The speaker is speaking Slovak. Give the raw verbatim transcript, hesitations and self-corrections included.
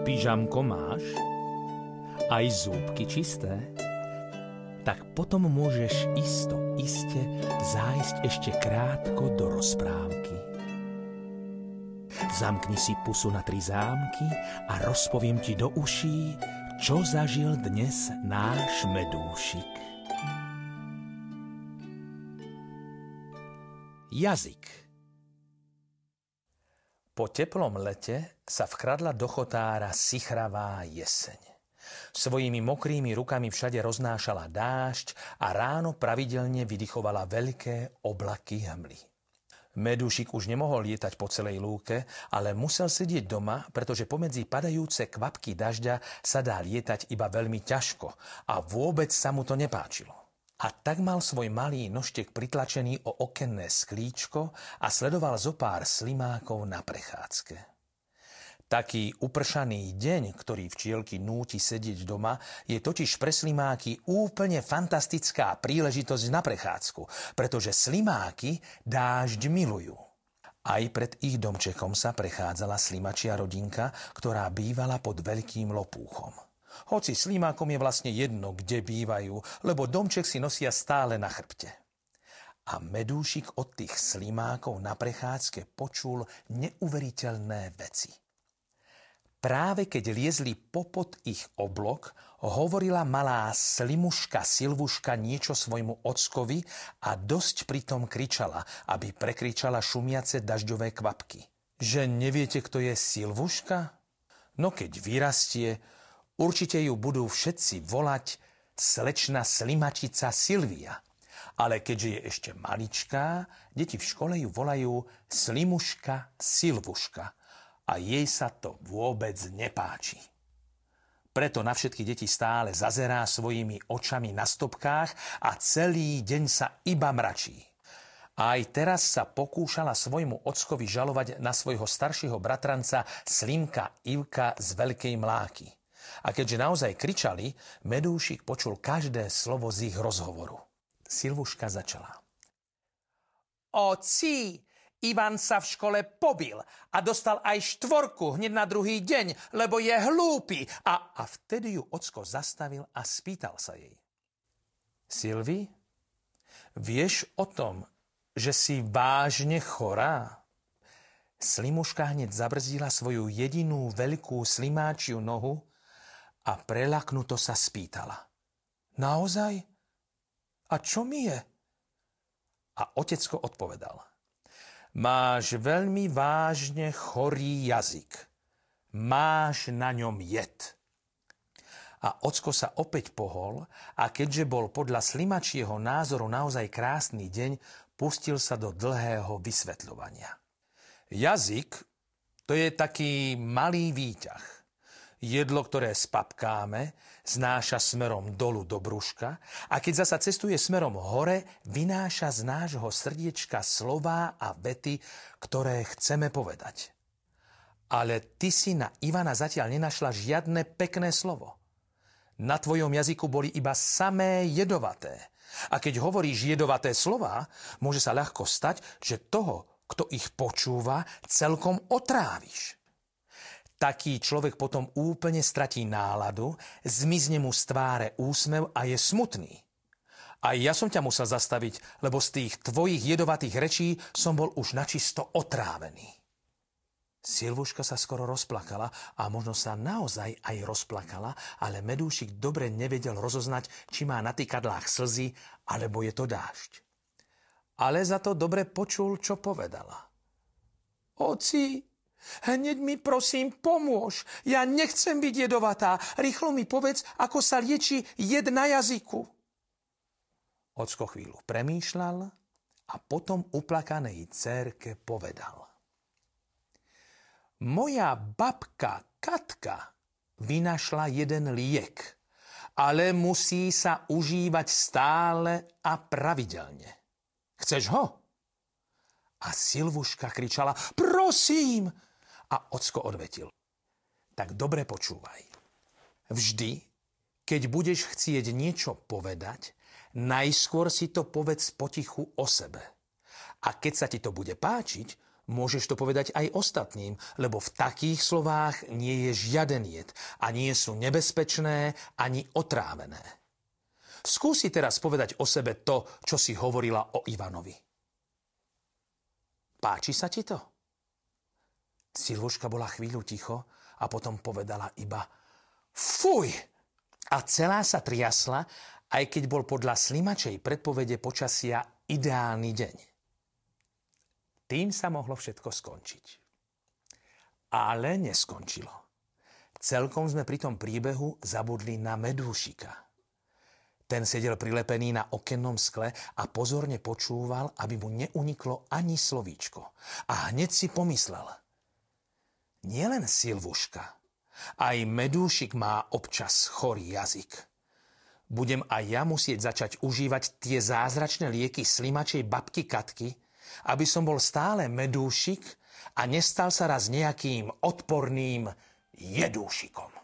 Pyžamko máš? Aj zúbky čisté? Tak potom môžeš isto, iste zájsť ešte krátko do rozprávky. Zamkni si pusu na tri zámky a rozpoviem ti do uší, čo zažil dnes náš medúšik. Jazyk. Po teplom lete sa vkradla do chotára sichravá jeseň. Svojimi mokrými rukami všade roznášala dážď a ráno pravidelne vydychovala veľké oblaky hmly. Medúšik už nemohol lietať po celej lúke, ale musel sedieť doma, pretože pomedzi padajúce kvapky dažďa sa dá lietať iba veľmi ťažko a vôbec sa mu to nepáčilo. A tak mal svoj malý nožtek pritlačený o okenné sklíčko a sledoval zo pár slimákov na prechádzke. Taký upršaný deň, ktorý včielky núti sedieť doma, je totiž pre slimáky úplne fantastická príležitosť na prechádzku, pretože slimáky dážď milujú. Aj pred ich domčekom sa prechádzala slimačia rodinka, ktorá bývala pod veľkým lopúchom. Hoci slimákom je vlastne jedno, kde bývajú, lebo domček si nosia stále na chrbte. A medúšik od tých slimákov na prechádzke počul neuveriteľné veci. Práve keď liezli popod ich oblok, hovorila malá slimuška Silvuška niečo svojmu ockovi a dosť pritom kričala, aby prekričala šumiace dažďové kvapky. Že neviete, kto je Silvuška? No keď vyrastie, určite ju budú všetci volať slečna slimačica Silvia. Ale keďže je ešte maličká, deti v škole ju volajú Slimuška Silvuška. A jej sa to vôbec nepáči. Preto na všetky deti stále zazerá svojimi očami na stopkách a celý deň sa iba mračí. A aj teraz sa pokúšala svojmu ockovi žalovať na svojho staršieho bratranca Slimka Ivka z Veľkej Mláky. A keďže naozaj kričali, medúšik počul každé slovo z ich rozhovoru. Silvuška začala. Oci, Ivan sa v škole pobil a dostal aj štvorku hneď na druhý deň, lebo je hlúpy. A, a vtedy ju ocko zastavil a spýtal sa jej. Silvi, vieš o tom, že si vážne chorá? Slimuška hneď zabrzdila svoju jedinú veľkú slimáčiu nohu a prelaknuto sa spýtala. Naozaj? A čo mi je? A otecko odpovedal. Máš veľmi vážne chorý jazyk. Máš na ňom jed. A ocko sa opäť pohol a keďže bol podľa slimačieho názoru naozaj krásny deň, pustil sa do dlhého vysvetľovania. Jazyk to je taký malý výťah. Jedlo, ktoré spapkáme, znáša smerom dolu do brúška a keď zasa cestuje smerom hore, vynáša z nášho srdiečka slová a vety, ktoré chceme povedať. Ale ty si na Ivana zatiaľ nenašla žiadne pekné slovo. Na tvojom jazyku boli iba samé jedovaté. A keď hovoríš jedovaté slová, môže sa ľahko stať, že toho, kto ich počúva, celkom otráviš. Taký človek potom úplne stratí náladu, zmizne mu z tváre úsmev a je smutný. A ja som ťa musel zastaviť, lebo z tých tvojich jedovatých rečí som bol už načisto otrávený. Silvuška sa skoro rozplakala a možno sa naozaj aj rozplakala, ale medúšik dobre nevedel rozoznať, či má na tykadlách slzy, alebo je to dážď. Ale za to dobre počul, čo povedala. Oci, hneď mi prosím pomôž. Ja nechcem byť jedovatá. Rýchlo mi povedz, ako sa lieči jed na jazyku. Ocko chvíľu premýšľal a potom uplakanej dcérke povedal. Moja babka Katka vynašla jeden liek, ale musí sa užívať stále a pravidelne. Chceš ho? A Silvuška kričala, prosím! A ocko odvetil. Tak dobre počúvaj. Vždy, keď budeš chcieť niečo povedať, najskôr si to povedz potichu o sebe. A keď sa ti to bude páčiť, Môžeš to povedať aj ostatným, lebo v takých slovách nie je žiaden jed a nie sú nebezpečné ani otrávené. Skúsi teraz povedať o sebe to, čo si hovorila o Ivanovi. Páči sa ti to? Silvuška bola chvíľu ticho a potom povedala iba fuj! A celá sa triasla, aj keď bol podľa slimačej predpovede počasia ideálny deň. Tým sa mohlo všetko skončiť. Ale neskončilo. Celkom sme pri tom príbehu zabudli na medúšika. Ten sedel prilepený na okennom skle a pozorne počúval, aby mu neuniklo ani slovíčko. A hneď si pomyslel. Nielen Silvuška, aj medúšik má občas chorý jazyk. Budem aj ja musieť začať užívať tie zázračné lieky slimačej babky Katky, aby som bol stále medúšik a nestal sa raz nejakým odporným jedúšikom.